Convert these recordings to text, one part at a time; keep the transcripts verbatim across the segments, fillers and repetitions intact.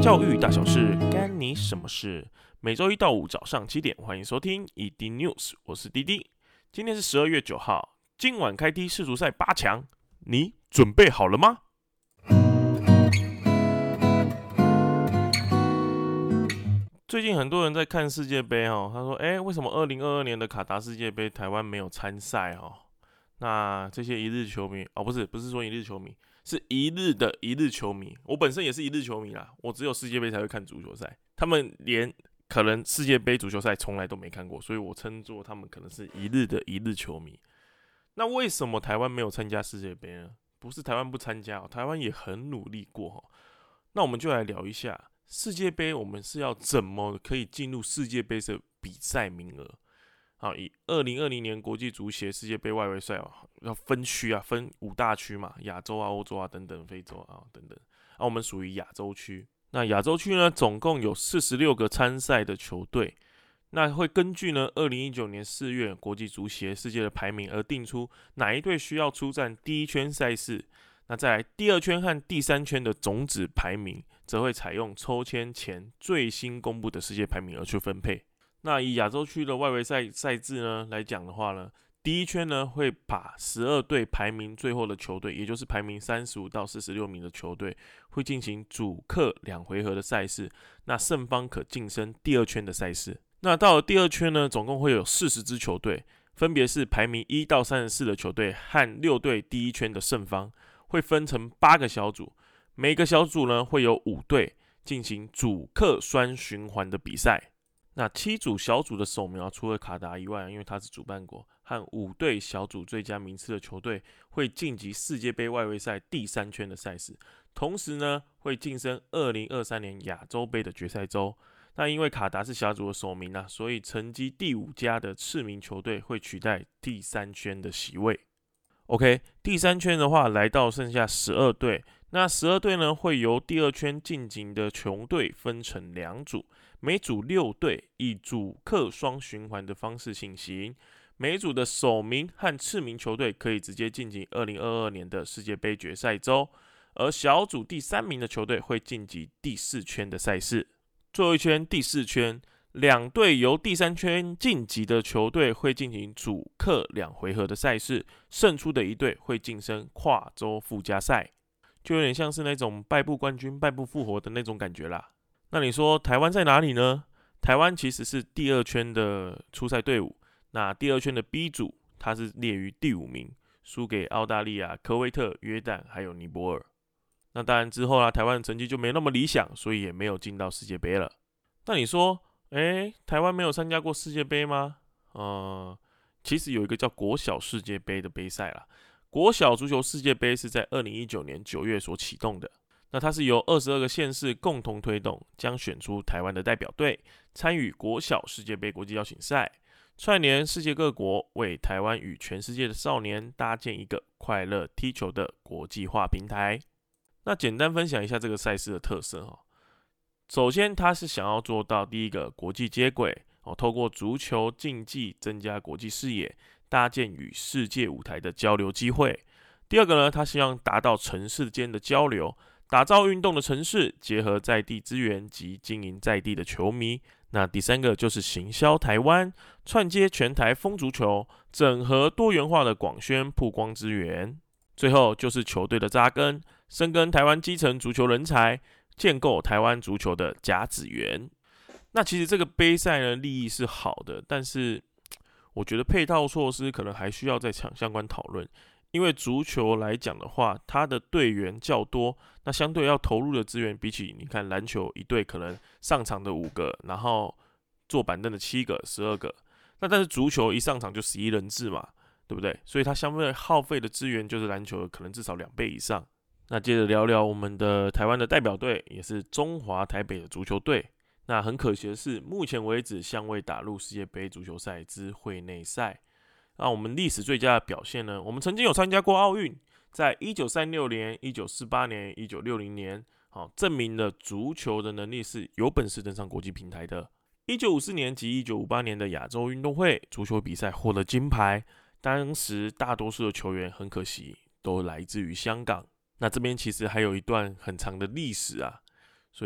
教育大小事，干你什么事？每周一到五早上七点，欢迎收听 E D News， 我是滴滴。今天是十二月九号，今晚开踢世足赛八强，你准备好了吗？最近很多人在看世界杯哦，他说：“哎，为什么二零二二年的卡达世界杯台湾没有参赛哦？”那这些一日球迷哦，不是不是说一日球迷，是一日的一日球迷。我本身也是一日球迷啦，我只有世界杯才会看足球赛，他们连可能世界杯足球赛从来都没看过，所以我称作他们可能是一日的一日球迷。那为什么台湾没有参加世界杯呢？不是台湾不参加哦，台湾也很努力过哦。那我们就来聊一下世界杯，我们是要怎么可以进入世界杯的比赛名额？好，以二零二零年国际足协世界杯外围赛哦，要分区啊，分五大区嘛，亚洲啊、欧洲啊等等，非洲啊等等。啊，我们属于亚洲区。那亚洲区呢，总共有四十六个参赛的球队。那会根据呢二零一九年四月国际足协世界的排名而定出哪一队需要出战第一圈赛事。那在第二圈和第三圈的种子排名，则会采用抽签前最新公布的世界排名而去分配。那以亚洲区的外围赛赛制呢来讲的话呢，第一圈呢会把十二队排名最后的球队，也就是排名三十五到四十六名的球队，会进行主客两回合的赛事，那胜方可晋升第二圈的赛事。那到了第二圈呢，总共会有四十支球队，分别是排名一到三十四的球队和六队第一圈的胜方，会分成八个小组，每个小组呢会有五队进行主客双循环的比赛。那七组小组的首名，除了卡达以外，因为它是主办国，和五队小组最佳名次的球队会晋级世界杯外围赛第三圈的赛事，同时呢会晋升二零二三年亚洲杯的决赛周。那因为卡达是小组的首名啊，所以成绩第五家的次名球队会取代第三圈的席位。OK， 第三圈的话来到剩下十二队，那十二队呢会由第二圈晋级的球队分成两组，每组六队，以主客双循环的方式进行。每组的首名和次名球队可以直接晋级二零二二年的世界杯决赛周，而小组第三名的球队会晋级第四圈的赛事。最后一圈第四圈，两队由第三圈晋级的球队会进行主客两回合的赛事，胜出的一队会晋升跨洲附加赛，就有点像是那种败部冠军败部复活的那种感觉啦。那你说台湾在哪里呢？台湾其实是第二圈的初赛队伍，那第二圈的 B 组它是列于第五名，输给澳大利亚、科威特、约旦还有尼泊尔。那当然之后啦，台湾的成绩就没那么理想，所以也没有进到世界杯了。那你说，哎，台湾没有参加过世界杯吗？呃，其实有一个叫国小世界杯的杯赛啦。国小足球世界杯是在二零一九年九月所启动的。那它是由二十二个县市共同推动，将选出台湾的代表队参与国小世界杯国际邀请赛，串联世界各国，为台湾与全世界的少年搭建一个快乐踢球的国际化平台。那简单分享一下这个赛事的特色哦。首先，它是想要做到第一个国际接轨哦，透过足球竞技增加国际视野，搭建与世界舞台的交流机会。第二个呢，它希望达到城市间的交流，打造运动的城市，结合在地资源及经营在地的球迷。那第三个就是行销台湾，串接全台风足球，整合多元化的广宣曝光资源。最后就是球队的扎根，深耕台湾基层足球人才，建构台湾足球的甲子园。那其实这个杯赛呢，利益是好的，但是我觉得配套措施可能还需要再相关讨论。因为足球来讲的话，它的队员较多，那相对要投入的资源，比起你看篮球一队可能上场的五个，然后坐板凳的七个、十二个，那但是足球一上场就十一人制嘛，对不对？所以它相对耗费的资源就是篮球的可能至少两倍以上。那接着聊聊我们的台湾的代表队，也是中华台北的足球队。那很可惜的是，目前为止尚未打入世界杯足球赛之会内赛。那我们历史最佳的表现呢？我们曾经有参加过奥运，在一九三六年、一九四八年、一九六零年，好证明了足球的能力是有本事登上国际平台的。一九五四年及一九五八年的亚洲运动会足球比赛获得金牌，当时大多数的球员很可惜都来自于香港。那这边其实还有一段很长的历史啊，所以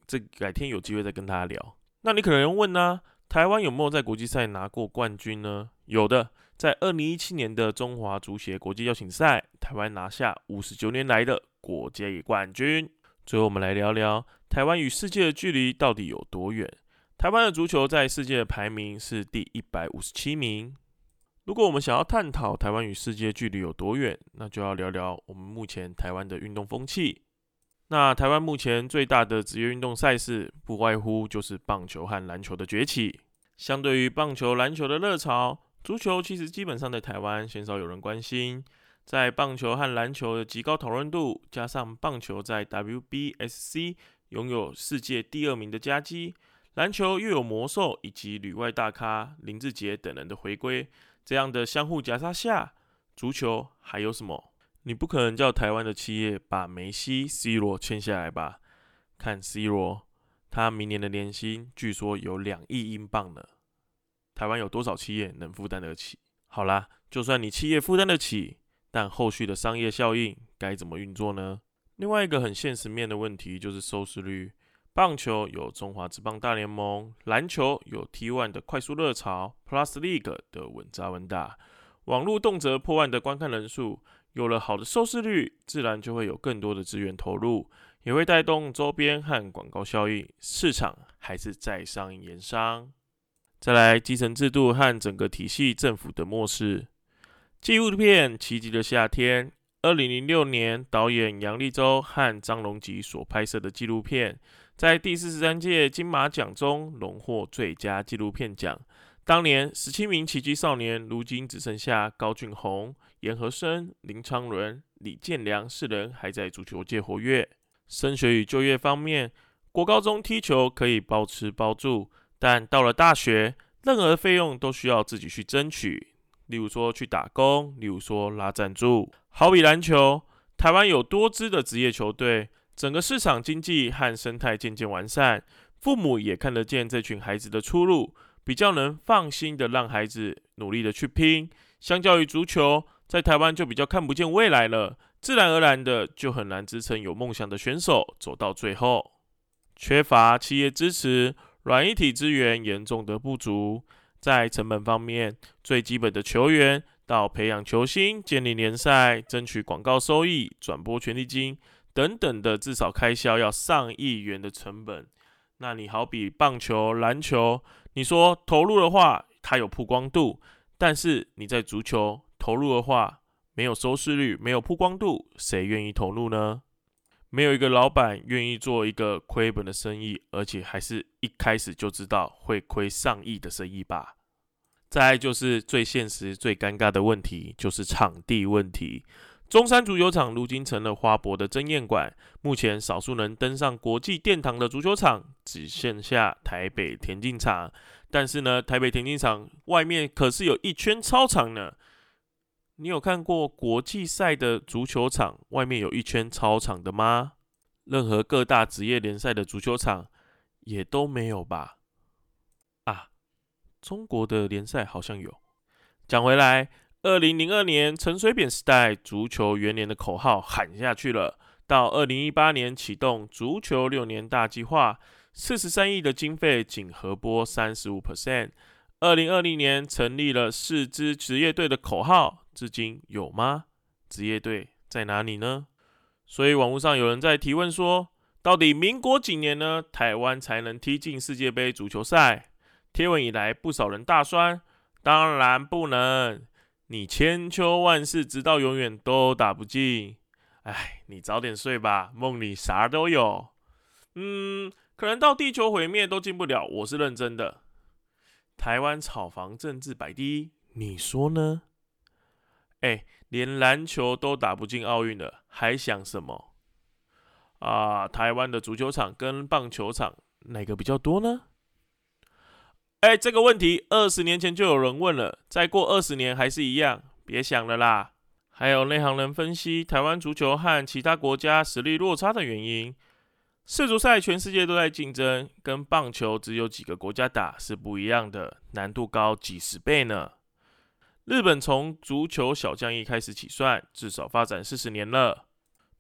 这改天有机会再跟大家聊。那你可能问呢、啊，台湾有没有在国际赛拿过冠军呢？有的，在二零一七年的中华足协国际邀请赛，台湾拿下五十九年来的国际冠军。最后我们来聊聊台湾与世界的距离到底有多远。台湾的足球在世界的排名是第一百五十七名。如果我们想要探讨台湾与世界距离有多远，那就要聊聊我们目前台湾的运动风气。那台湾目前最大的职业运动赛事，不外乎就是棒球和篮球的崛起。相对于棒球、篮球的热潮，足球其实基本上在台湾鲜少有人关心。在棒球和篮球的极高讨论度，加上棒球在 W B S C 拥有世界第二名的佳绩，篮球又有魔兽以及旅外大咖林志杰等人的回归，这样的相互夹杀下，足球还有什么？你不可能叫台湾的企业把梅西、C 罗签下来吧？看 C 罗，他明年的年薪据说有两亿英镑呢。台湾有多少企业能负担得起？好啦，就算你企业负担得起，但后续的商业效应该怎么运作呢？另外一个很现实面的问题就是收视率。棒球有中华职棒大联盟，篮球有 T 一 的快速热潮 ，Plus League 的稳扎稳打，网络动辄破万的观看人数。有了好的收视率，自然就会有更多的资源投入，也会带动周边和广告效应，市场还是在商言商。再来，基层制度和整个体系政府的漠视。纪录片《奇迹的夏天》，二零零六年导演杨力州和张荣吉所拍摄的纪录片，在第四十三届金马奖中荣获最佳纪录片奖。当年十七名奇迹少年，如今只剩下高俊宏、严和生、林昌伦、李建良四人还在足球界活跃。升学与就业方面，国高中踢球可以包吃包住，但到了大学，任何费用都需要自己去争取。例如说去打工，例如说拉赞助。好比篮球，台湾有多支的职业球队，整个市场经济和生态渐渐完善，父母也看得见这群孩子的出路。比较能放心的让孩子努力的去拼，相较于足球，在台湾就比较看不见未来了，自然而然的就很难支撑有梦想的选手走到最后。缺乏企业支持，软硬体资源严重的不足。在成本方面，最基本的球员到培养球星、建立联赛、争取广告收益、转播权利金等等的，至少开销要上亿元的成本。那你好比棒球、篮球，你说投入的话，它有曝光度，但是你在足球投入的话，没有收视率，没有曝光度，谁愿意投入呢？没有一个老板愿意做一个亏本的生意，而且还是一开始就知道会亏上亿的生意吧。再来就是最现实、最尴尬的问题，就是场地问题。中山足球场如今成了花博的争艳馆，目前少数能登上国际殿堂的足球场，只剩下台北田径场。但是呢，台北田径场外面可是有一圈操场呢。你有看过国际赛的足球场外面有一圈操场的吗？任何各大职业联赛的足球场也都没有吧？啊，中国的联赛好像有。讲回来，二零零二年陈水扁时代足球元年的口号喊下去了，到二零一八年启动足球六年大计划，四十三亿的经费仅核拨 百分之三十五。二零二零年成立了四支职业队的口号，至今有吗？职业队在哪里呢？所以网络上有人在提问说，到底民国几年呢，台湾才能踢进世界杯足球赛？贴文以来，不少人大酸，当然不能，你千秋万世，直到永远都打不进。哎，你早点睡吧，梦里啥都有。嗯，可能到地球毁灭都进不了，我是认真的。台湾炒房政治摆第一，你说呢？哎，连篮球都打不进奥运了，还想什么？啊，台湾的足球场跟棒球场哪个比较多呢？哎，这个问题二十年前就有人问了，再过二十年还是一样，别想了啦。还有内行人分析台湾足球和其他国家实力落差的原因。世足赛全世界都在竞争，跟棒球只有几个国家打是不一样的，难度高几十倍呢。日本从足球小将一开始起算，至少发展四十年了。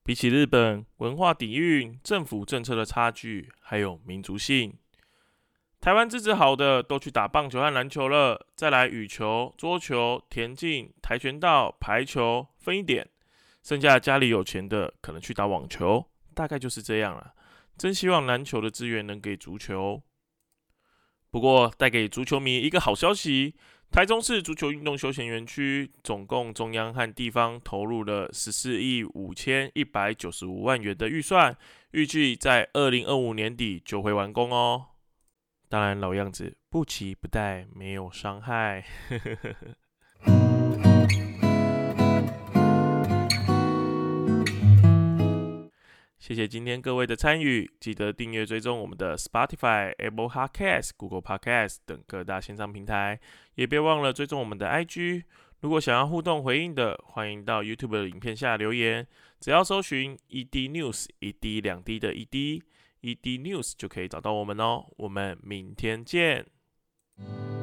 比起日本，文化底蕴、政府政策的差距，还有民族性，台湾资质好的都去打棒球和篮球了，再来羽球、桌球、田径、跆拳道、排球分一点，剩下家里有钱的可能去打网球，大概就是这样了。真希望篮球的资源能给足球。不过，带给足球迷一个好消息，台中市足球运动休闲园区总共中央和地方投入了十四亿五千一百九十五万元的预算，预计在二零二五年底就会完工哦。当然，老样子，不期不待，没有伤害。谢谢今天各位的参与，记得订阅追踪我们的 Spotify、Apple Podcast、Google Podcast 等各大线上平台，也别忘了追踪我们的 I G。如果想要互动回应的，欢迎到 YouTube 的影片下留言，只要搜寻 E D News 一滴两滴的 E D，E D News 就可以找到我们哦。我们明天见。